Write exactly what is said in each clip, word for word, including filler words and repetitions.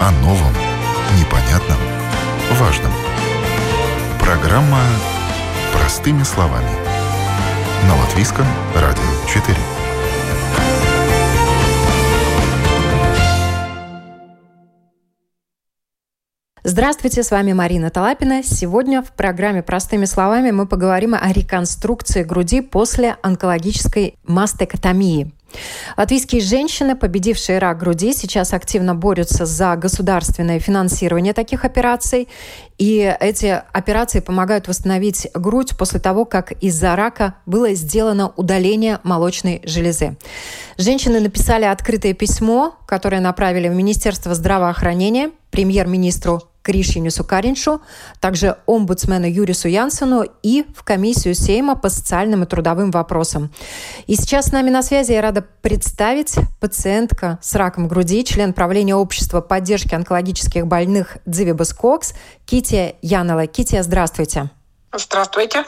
О новом, непонятном, важном. Программа «Простыми словами» на Латвийском радио четыре. Здравствуйте, с вами Марина Талапина. Сегодня в программе «Простыми словами» мы поговорим о реконструкции груди после онкологической мастектомии. Латвийские женщины, победившие рак груди, сейчас активно борются за государственное финансирование таких операций. И эти операции помогают восстановить грудь после того, как из-за рака было сделано удаление молочной железы. Женщины написали открытое письмо, которое направили в Министерство здравоохранения, премьер-министру Кришьянису Кариншу, также омбудсмену Юрису Янсену и в комиссию Сейма по социальным и трудовым вопросам. И сейчас с нами на связи я рада представить пациентка с раком груди, член правления общества поддержки онкологических больных Dzīvības koks Кития Янела. Кития, здравствуйте. Здравствуйте.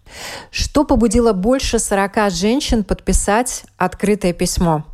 Что побудило больше сорока женщин подписать открытое письмо?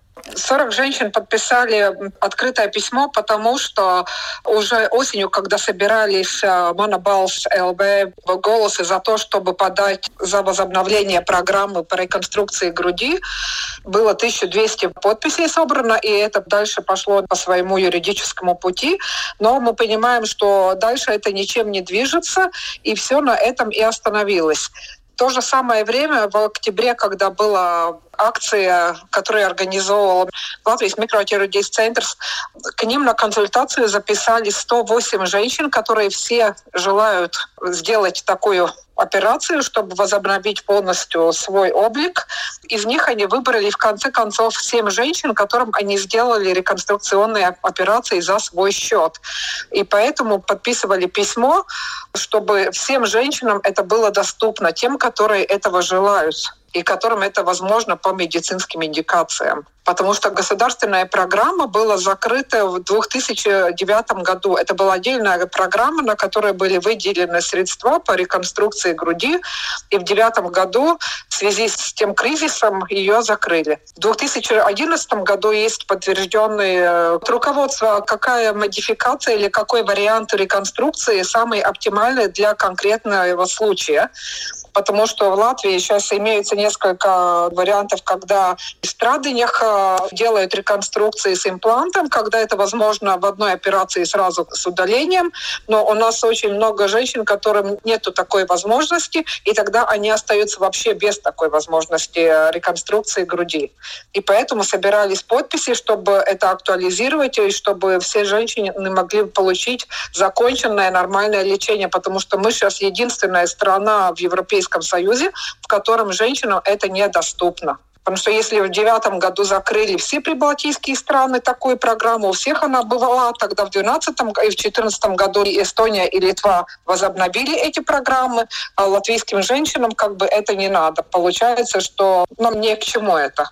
сорок женщин подписали открытое письмо, потому что уже осенью, когда собирались Монобалс ЛБ голосы за то, чтобы подать за возобновление программы по реконструкции груди, было тысяча двести подписей собрано, и это дальше пошло по своему юридическому пути. Но мы понимаем, что дальше это ничем не движется, и все на этом и остановилось. В то же самое время, в октябре, когда была акция, которую организовывал Латвийс микрохирурģijas центrs, к ним на консультацию записали сто восемь женщин, которые все желают сделать такую операцию, чтобы возобновить полностью свой облик. Из них они выбрали в конце концов семь женщин, которым они сделали реконструкционные операции за свой счет. И поэтому подписывали письмо, чтобы всем женщинам это было доступно, тем, которые этого желают и которым это возможно по медицинским индикациям. Потому что государственная программа была закрыта в две тысячи девятом году. Это была отдельная программа, на которой были выделены средства по реконструкции груди. И в две тысячи девятом году в связи с тем кризисом ее закрыли. В две тысячи одиннадцатом году есть подтвержденное руководство, какая модификация или какой вариант реконструкции самый оптимальный для конкретного случая. Потому что в Латвии сейчас имеется несколько вариантов, когда в страдынях делают реконструкции с имплантом, когда это возможно в одной операции сразу с удалением. Но у нас очень много женщин, которым нету такой возможности, и тогда они остаются вообще без такой возможности реконструкции груди. И поэтому собирались подписи, чтобы это актуализировать, и чтобы все женщины могли получить законченное нормальное лечение, потому что мы сейчас единственная страна в Европейском Союзе, в котором женщинам это недоступно. Потому что если в девятом году закрыли все прибалтийские страны такую программу, у всех она бывала, тогда в двенадцатом и в четырнадцатом году Эстония и Литва возобновили эти программы, а латвийским женщинам как бы это не надо. Получается, что нам не к чему это.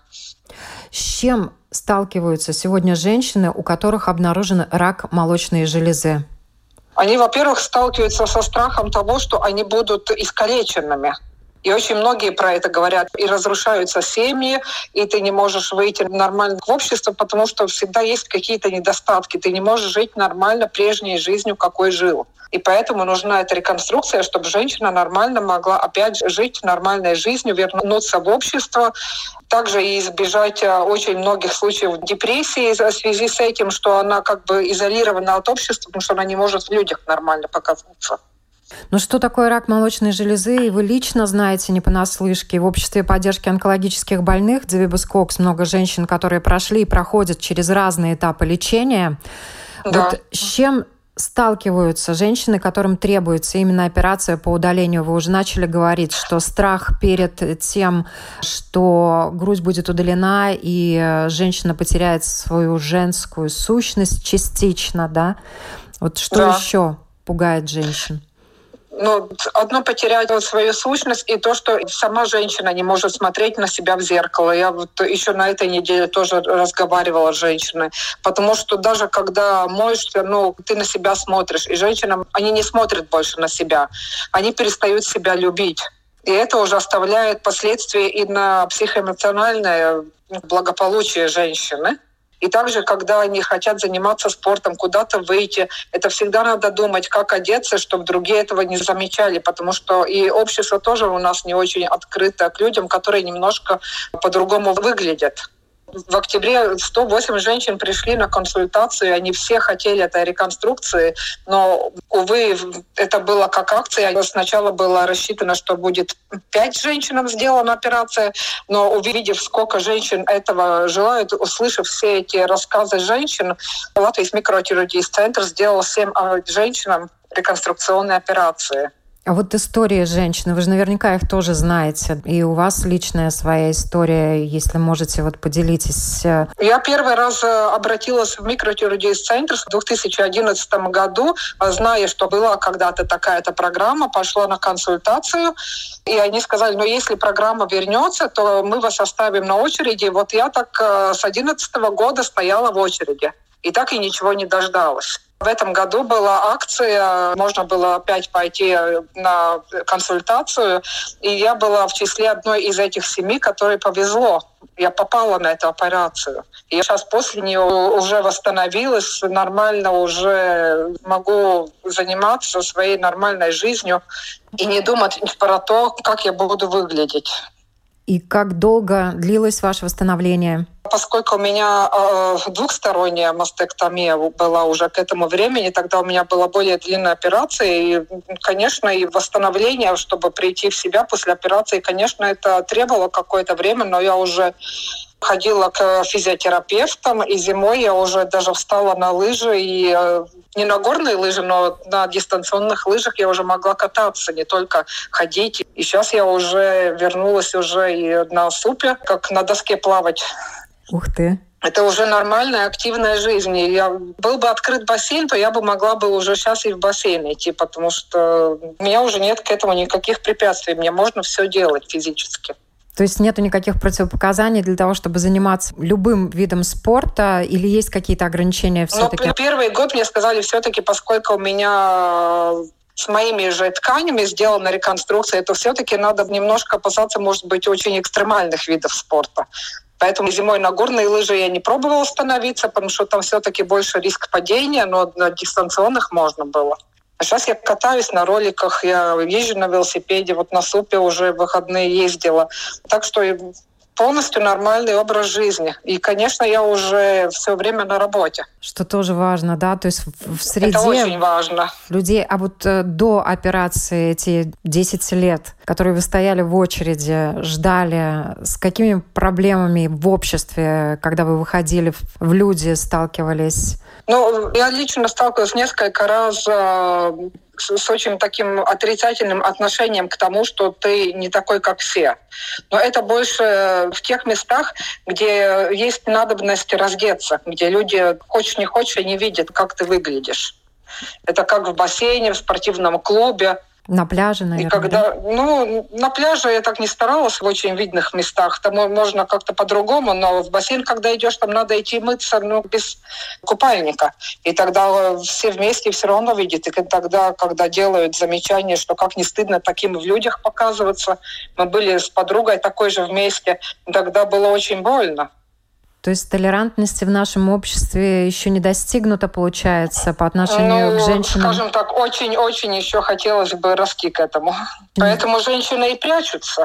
С чем сталкиваются сегодня женщины, у которых обнаружен рак молочной железы? Они, во-первых, сталкиваются со страхом того, что они будут искалеченными. И очень многие про это говорят. И разрушаются семьи, и ты не можешь выйти нормально в общество, потому что всегда есть какие-то недостатки. Ты не можешь жить нормально прежней жизнью, какой жил. И поэтому нужна эта реконструкция, чтобы женщина нормально могла опять жить нормальной жизнью, вернуться в общество. Также и избежать очень многих случаев депрессии в связи с этим, что она как бы изолирована от общества, потому что она не может в людях нормально показаться. Ну что такое рак молочной железы? И вы лично знаете не понаслышке. В обществе поддержки онкологических больных Dzīvības koks много женщин, которые прошли и проходят через разные этапы лечения. Да. Вот с чем сталкиваются женщины, которым требуется именно операция по удалению? Вы уже начали говорить, что страх перед тем, что грудь будет удалена, и женщина потеряет свою женскую сущность частично, да? Вот что да. еще пугает женщин? Ну, одно потерять свою сущность, и то, что сама женщина не может смотреть на себя в зеркало. Я вот еще на этой неделе тоже разговаривала с женщиной. Потому что даже когда моешься, ну, ты на себя смотришь, и женщинам, они не смотрят больше на себя. Они перестают себя любить. И это уже оставляет последствия и на психоэмоциональное благополучие женщины. И также, когда они хотят заниматься спортом, куда-то выйти, это всегда надо думать, как одеться, чтобы другие этого не замечали, потому что и общество тоже у нас не очень открыто к людям, которые немножко по-другому выглядят. В октябре сто восемь женщин пришли на консультацию, они все хотели этой реконструкции, но, увы, это было как акция. Сначала было рассчитано, что будет пять женщинам сделана операция, но увидев, сколько женщин этого желают, услышав все эти рассказы женщин, Латвийский микрохирургический центр сделал всем женщинам реконструкционные операции. А вот истории женщин, вы же наверняка их тоже знаете. И у вас личная своя история, если можете, вот поделитесь. Я первый раз обратилась в микрохирургический центр в две тысячи одиннадцатом году, зная, что была когда-то такая-то программа, пошла на консультацию, и они сказали, ну если программа вернется, то мы вас оставим на очереди. Вот я так с две тысячи одиннадцатого года стояла в очереди, и так и ничего не дождалась. В этом году была акция, можно было опять пойти на консультацию, и я была в числе одной из этих семи, которой повезло. Я попала на эту операцию. И я сейчас после нее уже восстановилась, нормально уже могу заниматься своей нормальной жизнью и не думать про то, как я буду выглядеть. И как долго длилось ваше восстановление? Поскольку у меня э, двухсторонняя мастектомия была уже к этому времени, тогда у меня была более длинная операция. И, конечно, и восстановление, чтобы прийти в себя после операции, конечно, это требовало какое-то время, но я уже ходила к физиотерапевтам, и зимой я уже даже встала на лыжи, и э, не на горные лыжи, но на дистанционных лыжах я уже могла кататься, не только ходить. И сейчас я уже вернулась уже и на супе, как на доске плавать. Ух ты! Это уже нормальная, активная жизнь. И я, был бы открыт бассейн, то я бы могла бы уже сейчас и в бассейн идти, потому что у меня уже нет к этому никаких препятствий. Мне можно все делать физически. То есть нету никаких противопоказаний для того, чтобы заниматься любым видом спорта, или есть какие-то ограничения все-таки? Но первый год мне сказали все-таки, поскольку у меня с моими же тканями сделана реконструкция, то все-таки надо немножко опасаться, может быть, очень экстремальных видов спорта. Поэтому зимой на горные лыжи я не пробовала становиться, потому что там все-таки больше риск падения, но на дистанционных можно было. А сейчас я катаюсь на роликах, я езжу на велосипеде, вот на супе уже в выходные ездила. Так что полностью нормальный образ жизни. И, конечно, я уже все время на работе. Что тоже важно, да? То есть в среде это очень важно. Людей, а вот до операции эти десять лет, которые вы стояли в очереди, ждали, с какими проблемами в обществе, когда вы выходили в люди, сталкивались? Ну, я лично сталкивалась несколько раз э, с, с очень таким отрицательным отношением к тому, что ты не такой, как все. Но это больше в тех местах, где есть надобность раздеться, где люди, хочешь не хочешь, не видят, как ты выглядишь. Это как в бассейне, в спортивном клубе. На пляже, наверное. И когда, да? Ну, на пляже я так не старалась в очень видных местах. Там можно как-то по-другому, но в бассейн, когда идешь, там надо идти мыться, ну, без купальника. И тогда все вместе все равно видят. И тогда, когда делают замечание, что как не стыдно таким в людях показываться, мы были с подругой такой же вместе, тогда было очень больно. То есть толерантности в нашем обществе еще не достигнута, получается, по отношению ну, к женщинам? Скажем так, очень-очень еще хотелось бы расти к этому. Поэтому женщины и прячутся.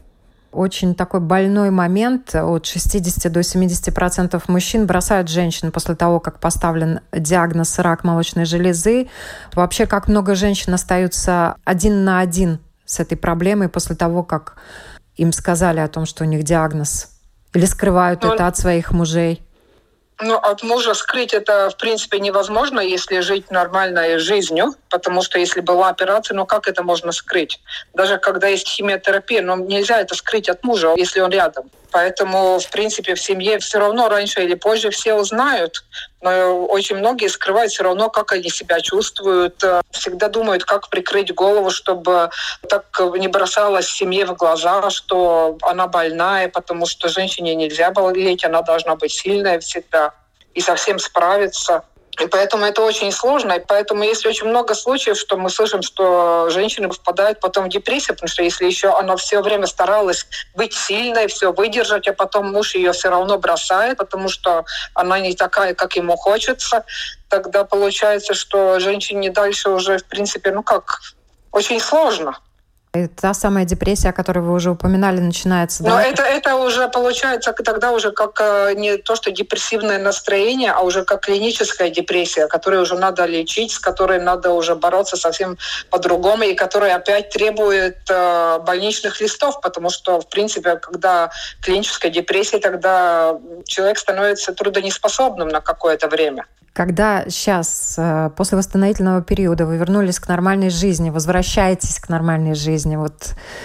Очень такой больной момент. От шестьдесят до семидесяти процентов мужчин бросают женщин после того, как поставлен диагноз рак молочной железы. Вообще, как много женщин остаются один на один с этой проблемой после того, как им сказали о том, что у них диагноз? Или скрывают ну, это от своих мужей? Ну, от мужа скрыть это, в принципе, невозможно, если жить нормальной жизнью, потому что если была операция, ну как это можно скрыть? Даже когда есть химиотерапия, ну нельзя это скрыть от мужа, если он рядом. Поэтому, в принципе, в семье все равно раньше или позже все узнают, но очень многие скрывают все равно, как они себя чувствуют. Всегда думают, как прикрыть голову, чтобы так не бросалось семье в глаза, что она больная, потому что женщине нельзя болеть, она должна быть сильная всегда и совсем справиться. И поэтому это очень сложно. И поэтому есть очень много случаев, что мы слышим, что женщины впадают потом в депрессию, потому что если еще она все время старалась быть сильной, все выдержать, а потом муж ее все равно бросает, потому что она не такая, как ему хочется, тогда получается, что женщине дальше уже, в принципе, ну как, очень сложно. И та самая депрессия, о которой вы уже упоминали, начинается, да? Но это, это уже получается тогда уже как не то, что депрессивное настроение, а уже как клиническая депрессия, которую уже надо лечить, с которой надо уже бороться совсем по-другому, и которая опять требует э, больничных листов, потому что, в принципе, когда клиническая депрессия, тогда человек становится трудонеспособным на какое-то время. Когда сейчас, после восстановительного периода, вы вернулись к нормальной жизни, возвращаетесь к нормальной жизни, вот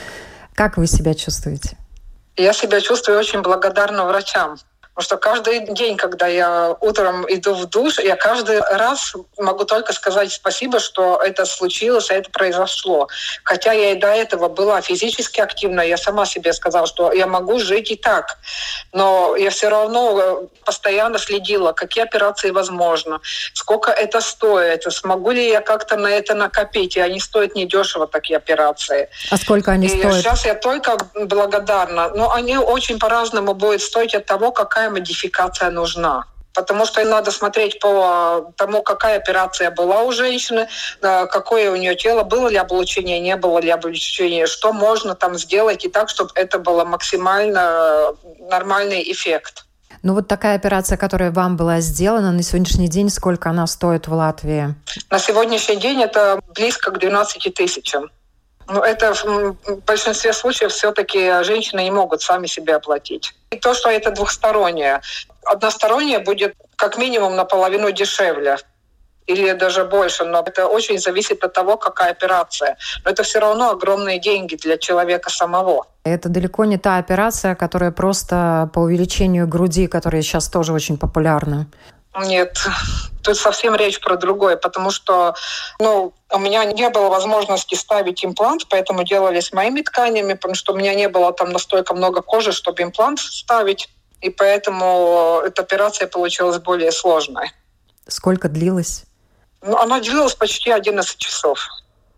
как вы себя чувствуете? Я себя чувствую очень благодарна врачам. Потому что каждый день, когда я утром иду в душ, я каждый раз могу только сказать спасибо, что это случилось, это произошло. Хотя я и до этого была физически активна, я сама себе сказала, что я могу жить и так. Но я все равно постоянно следила, какие операции возможно, сколько это стоит, смогу ли я как-то на это накопить. И они стоят недешево, такие операции. А сколько они и стоят? Сейчас я только благодарна. Но они очень по-разному будут стоить от того, какая модификация нужна. Потому что надо смотреть по тому, какая операция была у женщины, какое у нее тело, было ли облучение, не было ли облучения, что можно там сделать и так, чтобы это был максимально нормальный эффект. Ну вот такая операция, которая вам была сделана на сегодняшний день, сколько она стоит в Латвии? На сегодняшний день это близко к двенадцати тысячам. Но это в большинстве случаев все-таки женщины не могут сами себе оплатить. И то, что это двухстороннее. Одностороннее будет как минимум наполовину дешевле. Или даже больше. Но это очень зависит от того, какая операция. Но это все равно огромные деньги для человека самого. Это далеко не та операция, которая просто по увеличению груди, которая сейчас тоже очень популярна. Нет, тут совсем речь про другое, потому что ну, у меня не было возможности ставить имплант, поэтому делали с моими тканями, потому что у меня не было там настолько много кожи, чтобы имплант ставить, и поэтому эта операция получилась более сложной. Сколько длилась? Ну, она длилась почти одиннадцать часов.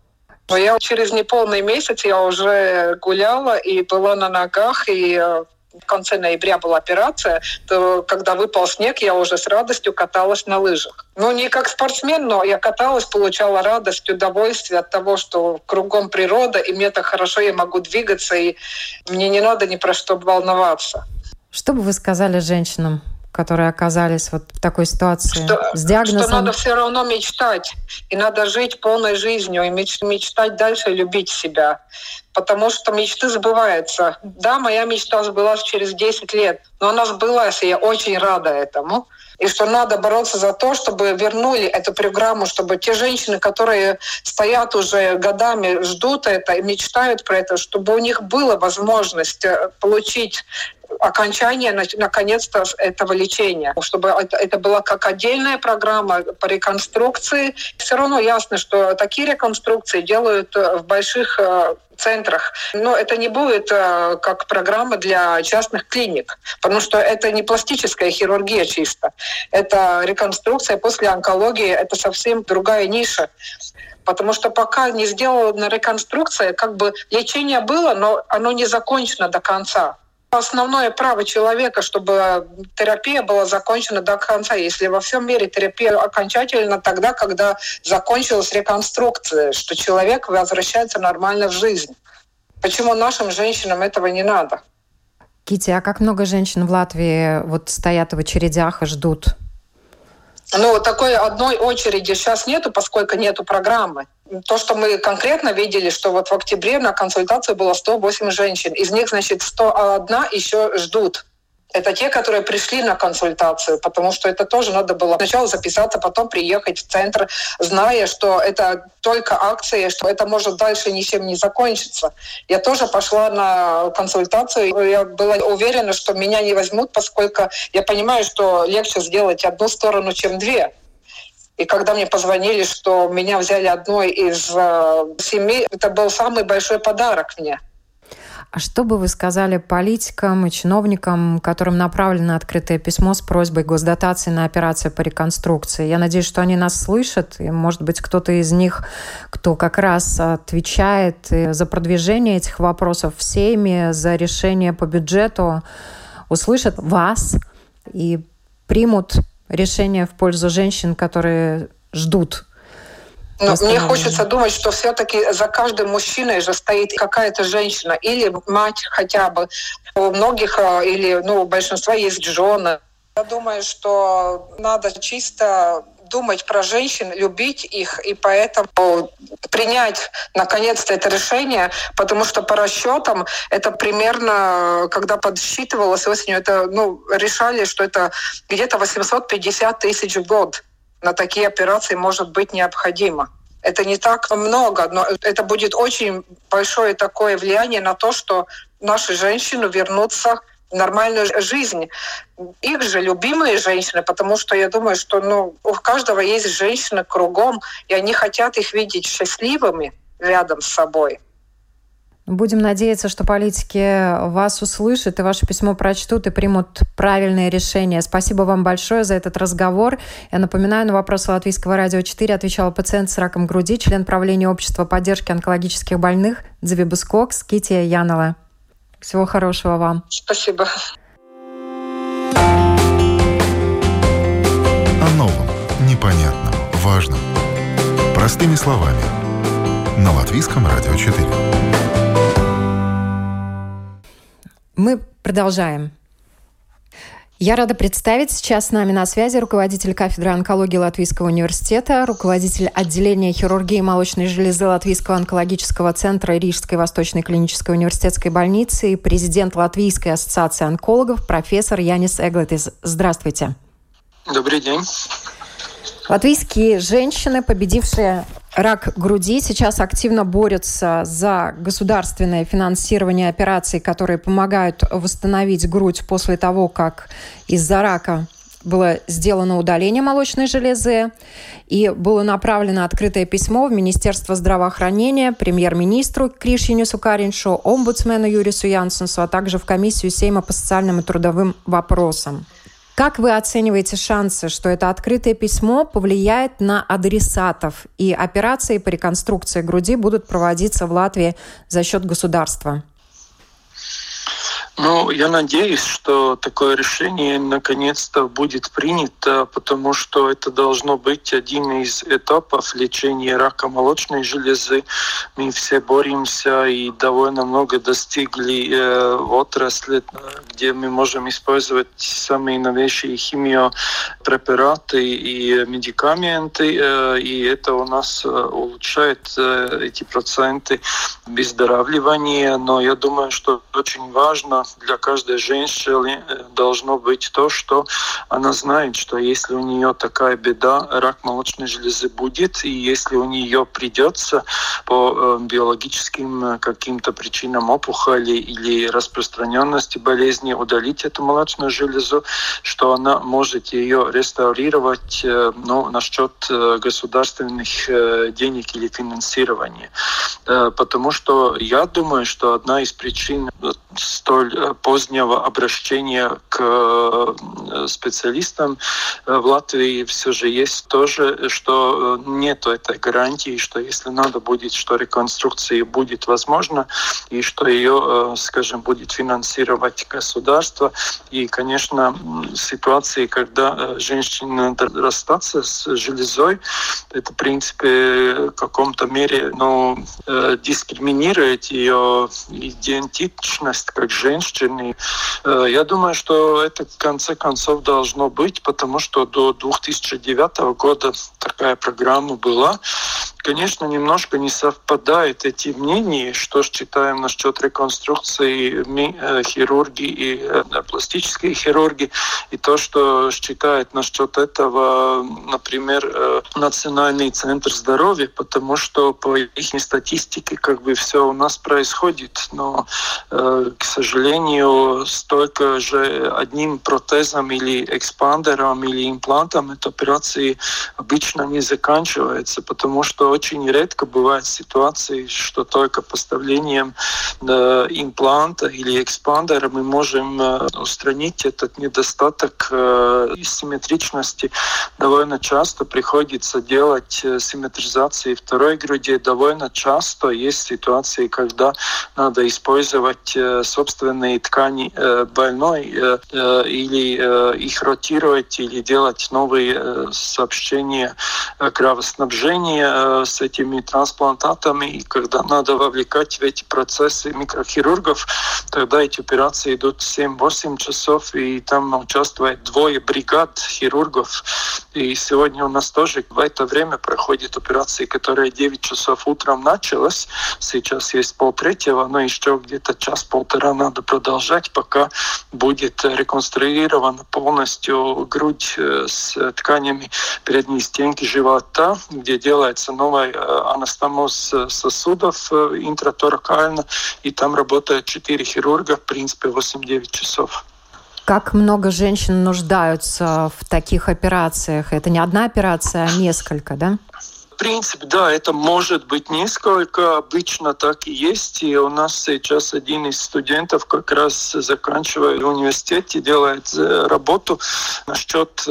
Но я через неполный месяц я уже гуляла и была на ногах, и в конце ноября была операция, то когда выпал снег, я уже с радостью каталась на лыжах. Ну, не как спортсмен, но я каталась, получала радость, удовольствие от того, что кругом природа, и мне так хорошо, я могу двигаться, и мне не надо ни про что волноваться. Что бы вы сказали женщинам, которые оказались вот в такой ситуации что, с диагнозом? Что надо все равно мечтать, и надо жить полной жизнью, и меч, мечтать дальше, любить себя. Потому что мечты сбываются. Да, моя мечта сбылась через десять лет, но она сбылась, и я очень рада этому. И что надо бороться за то, чтобы вернули эту программу, чтобы те женщины, которые стоят уже годами, ждут это и мечтают про это, чтобы у них была возможность получить окончание, наконец-то, этого лечения. Чтобы это, это была как отдельная программа по реконструкции. Все равно ясно, что такие реконструкции делают в больших центрах. Но это не будет как программа для частных клиник, потому что это не пластическая хирургия чисто. Это реконструкция после онкологии, это совсем другая ниша. Потому что пока не сделана реконструкция, как бы лечение было, но оно не закончено до конца. Основное право человека, чтобы терапия была закончена до конца. Если во всем мире терапия окончательна тогда, когда закончилась реконструкция, что человек возвращается нормально в жизнь. Почему нашим женщинам этого не надо? Кити, а как много женщин в Латвии вот стоят в очередях и ждут? Ну, такой одной очереди сейчас нету, поскольку нету программы. То, что мы конкретно видели, что вот в октябре на консультацию было сто восемь женщин. Из них, значит, сто один еще ждут. Это те, которые пришли на консультацию, потому что это тоже надо было сначала записаться, потом приехать в центр, зная, что это только акция, что это может дальше ничем не закончиться. Я тоже пошла на консультацию, я была уверена, что меня не возьмут, поскольку я понимаю, что легче сделать одну сторону, чем две. И когда мне позвонили, что меня взяли одной из э, семи, это был самый большой подарок мне. А что бы вы сказали политикам и чиновникам, которым направлено открытое письмо с просьбой госдотации на операции по реконструкции? Я надеюсь, что они нас слышат, и, может быть, кто-то из них, кто как раз отвечает за продвижение этих вопросов в Сейме, за решение по бюджету, услышат вас и примут решение в пользу женщин, которые ждут. Но мне хочется думать, что все-таки за каждым мужчиной же стоит какая-то женщина или мать хотя бы. У многих или ну, у большинства есть жены. Я думаю, что надо чисто думать про женщин, любить их, и поэтому принять наконец-то это решение, потому что по расчетам это примерно, когда подсчитывалось осенью, это ну, решали, что это где-то восемьсот пятьдесят тысяч в год. На такие операции может быть необходимо. Это не так много, но это будет очень большое такое влияние на то, что наши женщины вернутся в нормальную жизнь. Их же любимые женщины, потому что я думаю, что ну, у каждого есть женщины кругом, и они хотят их видеть счастливыми рядом с собой. Будем надеяться, что политики вас услышат и ваше письмо прочтут и примут правильные решения. Спасибо вам большое за этот разговор. Я напоминаю, на вопросы Латвийского радио четыре отвечала пациент с раком груди, член правления общества поддержки онкологических больных Дзивибус Кокс Кития Янова. Всего хорошего вам. Спасибо. О новом, непонятном, важном. Простыми словами. На Латвийском радио четыре. Мы продолжаем. Я рада представить сейчас с нами на связи руководитель кафедры онкологии Латвийского университета, руководитель отделения хирургии молочной железы Латвийского онкологического центра Рижской Восточной клинической университетской больницы и президент Латвийской ассоциации онкологов профессор Янис Эглетис. Здравствуйте. Добрый день. Латвийские женщины, победившие рак груди, сейчас активно борются за государственное финансирование операций, которые помогают восстановить грудь после того, как из-за рака было сделано удаление молочной железы. И было направлено открытое письмо в Министерство здравоохранения, премьер-министру Кришьянису Кариншу, омбудсмену Юрису Янсенсу, а также в комиссию Сейма по социальным и трудовым вопросам. Как вы оцениваете шансы, что это открытое письмо повлияет на адресатов, и операции по реконструкции груди будут проводиться в Латвии за счет государства? Ну, я надеюсь, что такое решение наконец-то будет принято, потому что это должно быть один из этапов лечения рака молочной железы. Мы все боремся и довольно много достигли э, в отрасли, где мы можем использовать самые новейшие химиопрепараты и медикаменты, э, и это у нас улучшает э, эти проценты выздоравливания. Но я думаю, что очень важно для каждой женщины должно быть то, что она знает, что если у нее такая беда, рак молочной железы будет, и если у нее придется по биологическим каким-то причинам опухоли или распространенности болезни удалить эту молочную железу, что она может ее реставрировать, ну, на счет государственных денег или финансирования. Потому что я думаю, что одна из причин столь позднего обращения к специалистам в Латвии все же есть тоже, что нет этой гарантии, что если надо будет, что реконструкция будет возможна, и что ее, скажем, будет финансировать государство. И, конечно, ситуации, когда женщине надо расстаться с железой, это, в принципе, в каком-то мере, ну, дискриминирует ее идентичность как женщины. Я думаю, что это в конце концов должно быть, потому что до две тысячи девятого года такая программа была. Конечно, немножко не совпадают эти мнения, что считаем насчет реконструкции мы, хирурги и пластические хирурги, и то, что считает насчет этого, например, Национальный центр здоровья, потому что по их статистике как бы все у нас происходит, но, к сожалению, столько же одним протезом или экспандером или имплантом эта операция обычно не заканчивается, потому что очень редко бывают ситуации, что только поставлением э, импланта или экспандера мы можем э, устранить этот недостаток э, симметричности. Довольно часто приходится делать э, симметризации второй груди. Довольно часто есть ситуации, когда надо использовать э, собственные ткани э, больной э, э, или э, их ротировать, или делать новые э, сообщения э, кровоснабжения э, с этими трансплантатами. И когда надо вовлекать в эти процессы микрохирургов, тогда эти операции идут семь-восемь часов, и там участвует двое бригад хирургов. И сегодня у нас тоже в это время проходят операции, которые девять часов утром началось. Сейчас есть полтретьего, но еще где-то час-полтора надо продолжать, пока будет реконструирована полностью грудь с тканями передней стенки живота, где делается новый анастомоз сосудов интраторакально, и там работает четыре хирурга, в принципе, восемь-девять часов. Как много женщин нуждаются в таких операциях? Это не одна операция, а несколько, да? В принципе, да, это может быть несколько, обычно так и есть. И у нас сейчас один из студентов как раз заканчивает в университете, делает работу насчет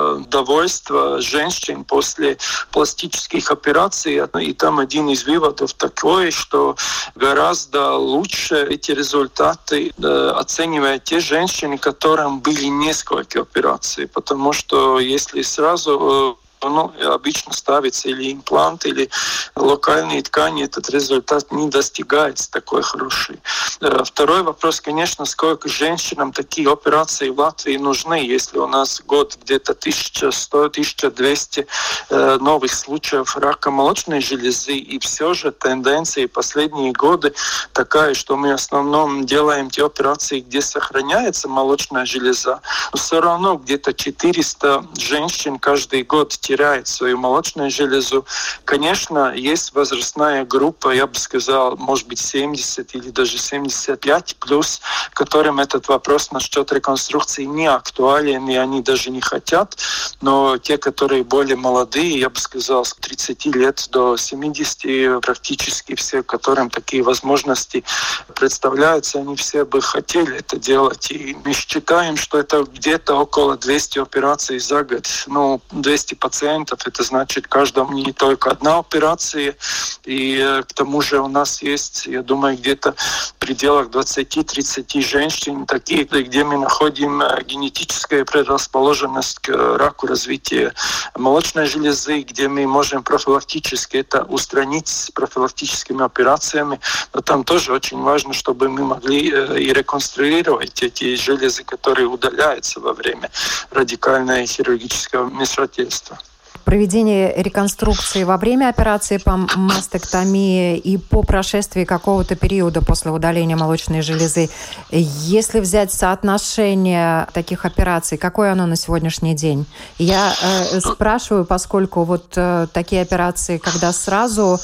довольства женщин после пластических операций. И там один из выводов такой, что гораздо лучше эти результаты оценивают те женщины, которым были несколько операций. Потому что если сразу Ну, обычно ставится или имплант, или локальные ткани, этот результат не достигается такой хороший. Второй вопрос, конечно, сколько женщинам такие операции в Латвии нужны, если у нас год где-то тысяча сто - тысяча двести новых случаев рака молочной железы, и все же тенденция последние годы такая, что мы в основном делаем те операции, где сохраняется молочная железа, но все равно где-то четыреста женщин каждый год теряет свою молочную железу. Конечно, есть возрастная группа, я бы сказал, может быть, семьдесят или даже семьдесят пять плюс, которым этот вопрос насчет реконструкции не актуален, и они даже не хотят. Но те, которые более молодые, я бы сказал, с тридцати лет до семидесяти, практически все, которым такие возможности представляются, они все бы хотели это делать. И мы считаем, что это где-то около двухсот операций за год. Ну, двести пациентов, это значит, каждому не только одна операция. И к тому же у нас есть, я думаю, где-то в пределах двадцати-тридцати женщин, такие, где мы находим генетическую предрасположенность к раку развития молочной железы, где мы можем профилактически это устранить с профилактическими операциями. Но там тоже очень важно, чтобы мы могли и реконструировать эти железы, которые удаляются во время радикального хирургического вмешательства. Проведение реконструкции во время операции по мастектомии и по прошествии какого-то периода после удаления молочной железы. Если взять соотношение таких операций, какое оно на сегодняшний день? Я э, спрашиваю, поскольку вот э, такие операции, когда сразу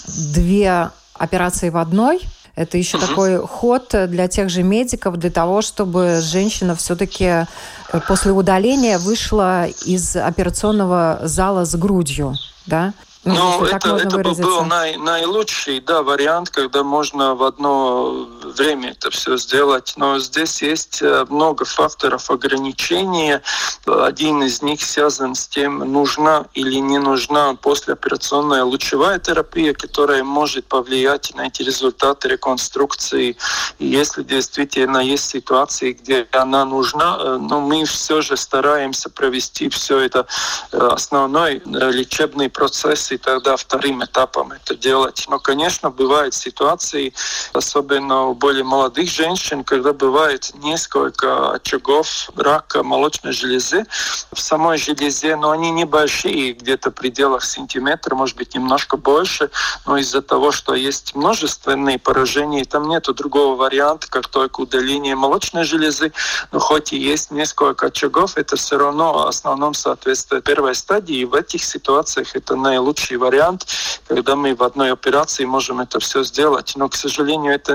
две операции в одной, это еще uh-huh. такой ход для тех же медиков, для того, чтобы женщина все-таки после удаления вышла из операционного зала с грудью, да? Ну, ну это, это бы был най, наилучший да, вариант, когда можно в одно время это все сделать. Но здесь есть много факторов ограничения. Один из них связан с тем, нужна или не нужна послеоперационная лучевая терапия, которая может повлиять на эти результаты реконструкции. И если действительно есть ситуации, где она нужна, но мы все же стараемся провести все это основной лечебный процесс, и тогда вторым этапом это делать. Но, конечно, бывают ситуации, особенно у более молодых женщин, когда бывает несколько очагов рака молочной железы в самой железе, но они небольшие, где-то в пределах сантиметра, может быть, немножко больше, но из-за того, что есть множественные поражения, там нет другого варианта, как только удаление молочной железы, но хоть и есть несколько очагов, это все равно в основном соответствует первой стадии, и в этих ситуациях это наилучший вариант, когда мы в одной операции можем это все сделать. Но, к сожалению, это не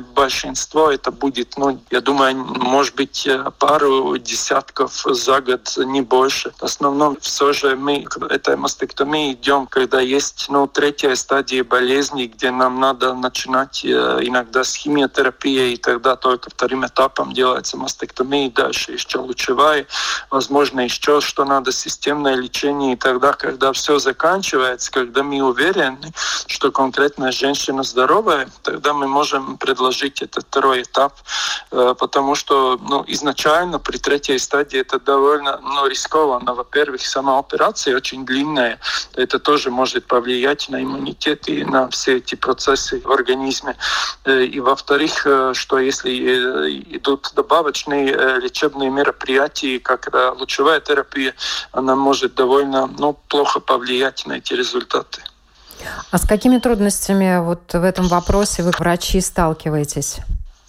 большинство это будет, ну, я думаю, может быть, пару десятков за год, не больше. В основном все же мы к этой мастектомии идем, когда есть, ну, третья стадия болезни, где нам надо начинать иногда с химиотерапией, и тогда только вторым этапом делается мастектомия, дальше еще лучевая, возможно, еще что надо, системное лечение. И тогда, когда все заканчивается, когда мы уверены, что конкретная женщина здоровая, тогда мы можем предложить этот второй этап, потому что, ну, изначально при третьей стадии это довольно, ну, рискованно. Во-первых, сама операция очень длинная, это тоже может повлиять на иммунитет и на все эти процессы в организме. И во-вторых, что если идут добавочные лечебные мероприятия, как лучевая терапия, она может довольно, ну, плохо повлиять на эти результаты. А с какими трудностями вот в этом вопросе вы, врачи, сталкиваетесь?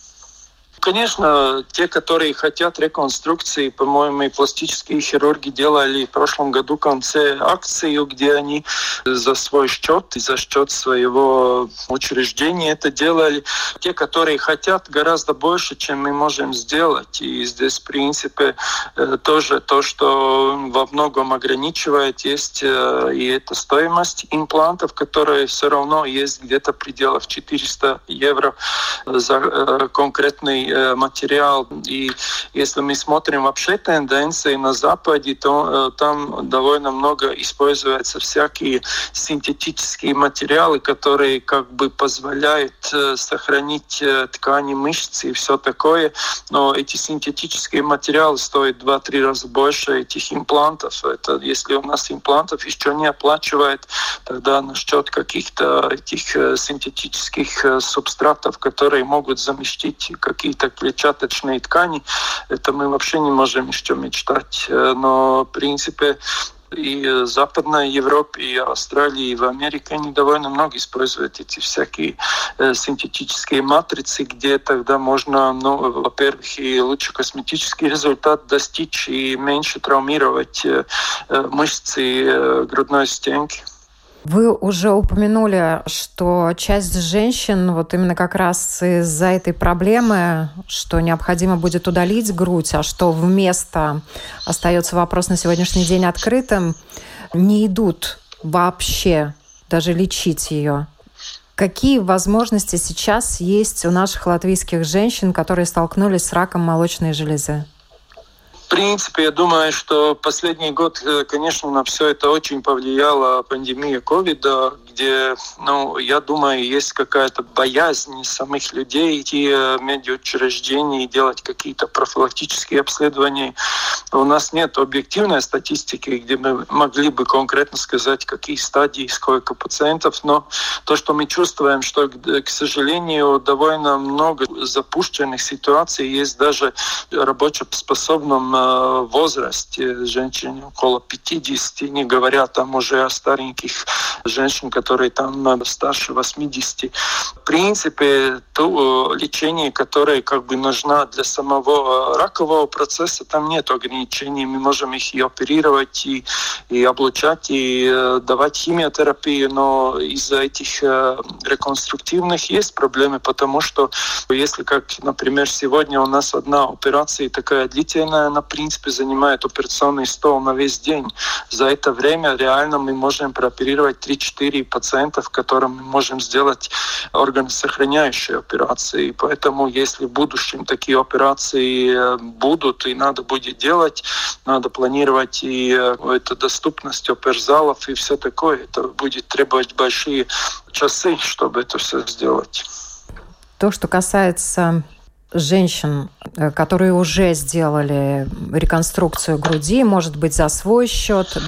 Конечно, те, которые хотят реконструкции, по-моему, и пластические хирурги делали в прошлом году в конце акцию, где они за свой счет и за счет своего учреждения это делали. Те, которые хотят, гораздо больше, чем мы можем сделать. И здесь, в принципе, тоже то, что во многом ограничивает, есть и эта стоимость имплантов, которая все равно есть где-то в пределах четыреста евро за конкретный материал. И если мы смотрим вообще тенденции на Западе, то э, там довольно много используются всякие синтетические материалы, которые как бы позволяют э, сохранить э, ткани, мышцы и все такое. Но эти синтетические материалы стоят два-три раза больше этих имплантов. Это если у нас имплантов еще не оплачивает, тогда насчет каких-то этих э, синтетических э, субстратов, которые могут заместить какие-то клетчаточные ткани, это мы вообще не можем еще мечтать. Но, в принципе, и в Западной Европе, и в Австралии, и в Америке они довольно много используют эти всякие э, синтетические матрицы, где тогда можно, ну, во-первых, и лучше косметический результат достичь, и меньше травмировать э, мышцы э, грудной стенки. Вы уже упомянули, что часть женщин вот именно как раз из-за этой проблемы, что необходимо будет удалить грудь, а что вместо остается вопрос на сегодняшний день открытым, не идут вообще даже лечить ее. Какие возможности сейчас есть у наших латвийских женщин, которые столкнулись с раком молочной железы? В принципе, я думаю, что последний год, конечно, на все это очень повлияла пандемия ковида, где, ну, я думаю, есть какая-то боязнь самих людей идти в медучреждения и делать какие-то профилактические обследования. У нас нет объективной статистики, где мы могли бы конкретно сказать, какие стадии, сколько пациентов, но то, что мы чувствуем, что, к сожалению, довольно много запущенных ситуаций есть даже в рабочеспособном возрасте женщин около пятидесяти, не говоря там уже о стареньких женщин, которые там старше восьмидесяти. В принципе, то лечение, которое как бы нужно для самого ракового процесса, там нет ограничений. Мы можем их и оперировать, и, и облучать, и давать химиотерапию, но из-за этих реконструктивных есть проблемы, потому что если, как, например, сегодня у нас одна операция такая длительная, она в принципе занимает операционный стол на весь день. За это время реально мы можем прооперировать три-четыре пациентов, которым мы можем сделать органосохраняющие операции. Поэтому если в будущем такие операции будут и надо будет делать, надо планировать и эту доступность оперзалов и все такое. Это будет требовать большие часы, чтобы это все сделать. То, что касается женщин, которые уже сделали реконструкцию груди, может быть, за свой счет.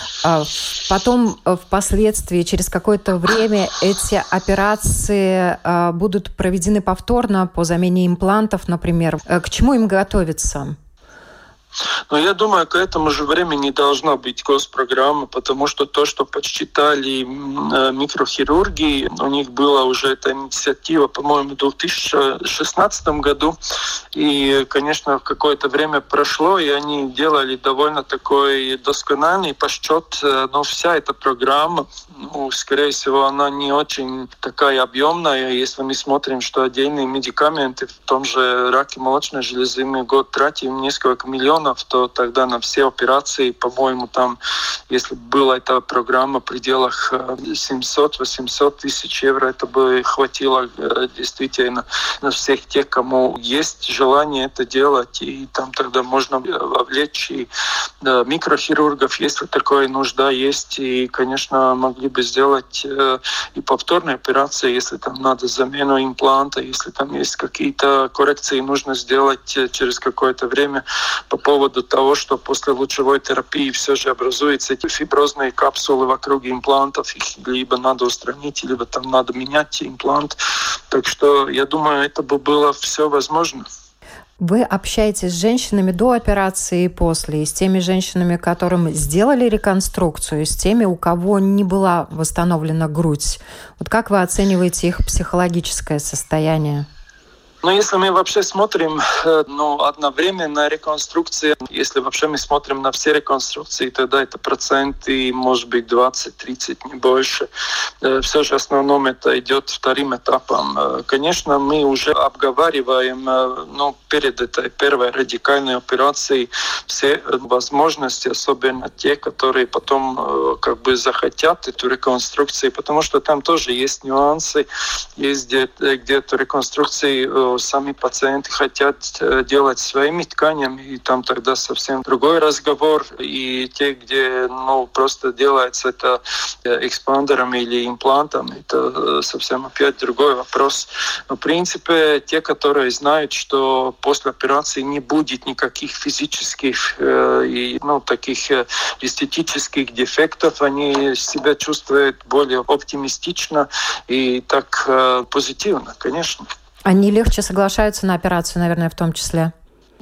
Потом, впоследствии, через какое-то время эти операции будут проведены повторно по замене имплантов, например. К чему им готовиться? Но я думаю, к этому же времени должна быть госпрограмма, потому что то, что подсчитали микрохирурги, у них была уже эта инициатива, по-моему, в две тысячи шестнадцатом году. И, конечно, какое-то время прошло, и они делали довольно такой доскональный подсчет. Но вся эта программа, ну, скорее всего, она не очень такая объемная. Если мы смотрим, что отдельные медикаменты в том же раке молочной железы мы год тратим несколько миллионов, то тогда на все операции, по-моему, там, если была эта программа в пределах семьсот-восемьсот тысяч евро, это бы хватило действительно на всех тех, кому есть желание это делать. И там тогда можно вовлечь и да, микрохирургов, если такая нужда есть. И, конечно, могли бы сделать э, и повторные операции, если там надо замену импланта, если там есть какие-то коррекции, нужно сделать через какое-то время по поводу того, что после лучевой терапии все же образуются эти фиброзные капсулы вокруг имплантов. Их либо надо устранить, либо там надо менять имплант. Так что, я думаю, это бы было все возможно. Вы общаетесь с женщинами до операции и после, и с теми женщинами, которым сделали реконструкцию, и с теми, у кого не была восстановлена грудь. Вот как вы оцениваете их психологическое состояние? Ну, если мы вообще смотрим, ну, одновременно реконструкция, если вообще мы смотрим на все реконструкции, тогда это проценты, может быть, двадцать-тридцать, не больше. Все же в основном это идет вторым этапом. Конечно, мы уже обговариваем, ну, перед этой первой радикальной операцией все возможности, особенно те, которые потом как бы захотят эту реконструкцию, потому что там тоже есть нюансы, есть где-то, где-то реконструкции сами пациенты хотят делать своими тканями, и там тогда совсем другой разговор. И те, где ну, просто делается это экспандером или имплантом, это совсем опять другой вопрос. Но в принципе, те, которые знают, что после операции не будет никаких физических и ну, таких эстетических дефектов, они себя чувствуют более оптимистично и так позитивно, конечно. Они легче соглашаются на операцию, наверное, в том числе?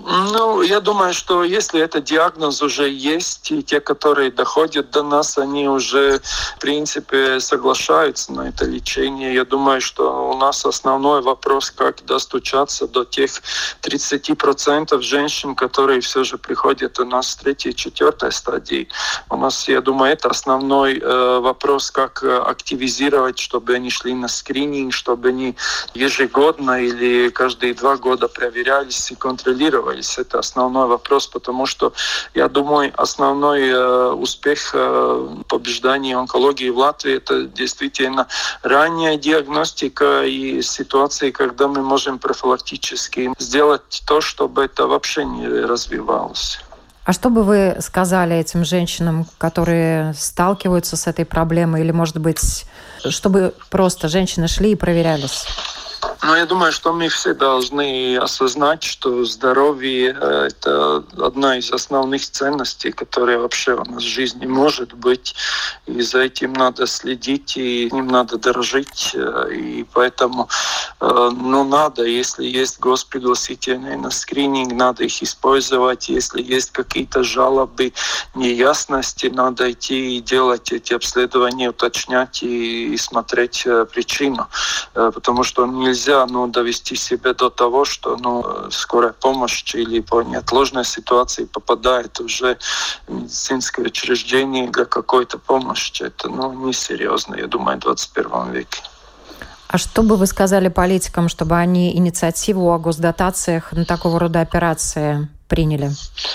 Ну, я думаю, что если этот диагноз уже есть, и те, которые доходят до нас, они уже, в принципе, соглашаются на это лечение. Я думаю, что у нас основной вопрос, как достучаться до тех тридцати процентов женщин, которые все же приходят у нас с третьей и четвертой стадии. У нас, я думаю, это основной э, вопрос, как активизировать, чтобы они шли на скрининг, чтобы они ежегодно или каждые два года проверялись и контролировали. Это основной вопрос, потому что, я думаю, основной э, успех э, побеждения онкологии в Латвии — это действительно ранняя диагностика и ситуации, когда мы можем профилактически сделать то, чтобы это вообще не развивалось. А что бы вы сказали этим женщинам, которые сталкиваются с этой проблемой, или, может быть, чтобы просто женщины шли и проверялись? Но я думаю, что мы все должны осознать, что здоровье — это одна из основных ценностей, которая вообще у нас в жизни может быть. И за этим надо следить, и им надо дорожить. И поэтому ну, надо, если есть госпригласительные на скрининг, надо их использовать. Если есть какие-то жалобы, неясности, надо идти и делать эти обследования, уточнять и, и смотреть причину. Потому что нельзя ну, довести себя до того, что ну, скорая помощь или по неотложной ситуации попадает уже в медицинское учреждение для какой-то помощи. Это ну, несерьезно, я думаю, в двадцать первом веке. А что бы вы сказали политикам, чтобы они инициативу о госдотациях на такого рода операции приняли?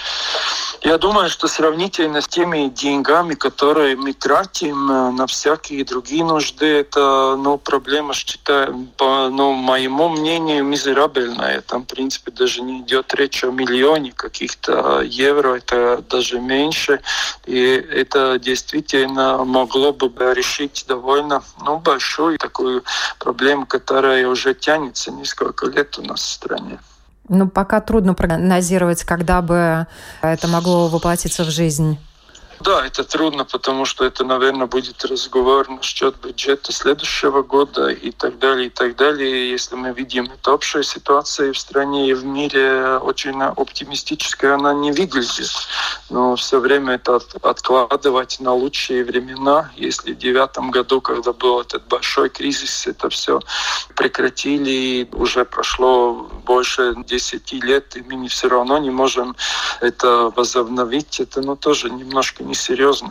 Я думаю, что сравнительно с теми деньгами, которые мы тратим на всякие другие нужды, это ну, проблема, считаю, по ну, моему мнению, мизерабельная. Там, в принципе, даже не идет речь о миллионе каких-то евро, это даже меньше. И это действительно могло бы решить довольно ну, большую такую проблему, которая уже тянется несколько лет у нас в стране. Ну, пока трудно прогнозировать, когда бы это могло воплотиться в жизнь. Да, это трудно, потому что это, наверное, будет разговор насчет бюджета следующего года и так далее, и так далее. Если мы видим, это общая ситуация в стране и в мире очень оптимистическая, она не выглядит. Но все время это откладывать на лучшие времена. Если в девятом году, когда был этот большой кризис, это все прекратили, уже прошло больше десяти лет, и мы все равно не можем это возобновить, это ну, тоже немножко несерьезно.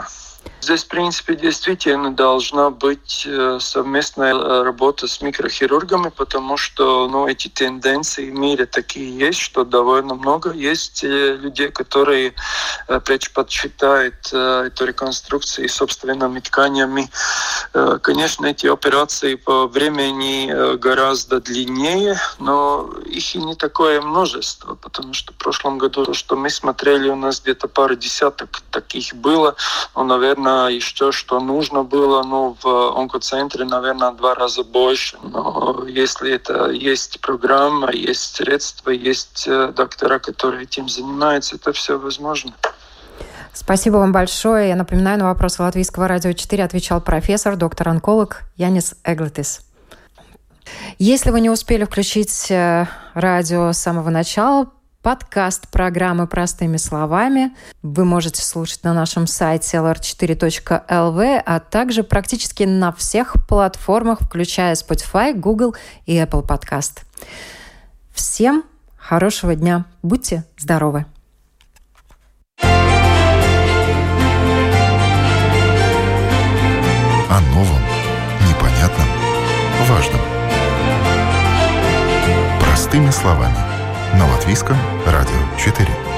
Здесь, в принципе, действительно должна быть совместная работа с микрохирургами, потому что ну, эти тенденции в мире такие есть, что довольно много есть людей, которые предпочитают эту реконструкцию собственными тканями. Конечно, эти операции по времени гораздо длиннее, но их и не такое множество, потому что в прошлом году, что мы смотрели, у нас где-то пара десяток таких было, но, наверное, еще что нужно было, ну, в онкоцентре, наверное, в два раза больше. Но если это есть программа, есть средства, есть доктора, которые этим занимаются, это все возможно. Спасибо вам большое. Я напоминаю, на вопросы Латвийского радио четыре отвечал профессор, доктор-онколог Янис Эглетис. Если вы не успели включить радио с самого начала, подкаст программы «Простыми словами» вы можете слушать на нашем сайте эл эр четыре точка эл ви, а также практически на всех платформах, включая Spotify, Google и Apple Podcast. Всем хорошего дня. Будьте здоровы. О новом, непонятном, важном. Простыми словами. На Латвийском радио четыре.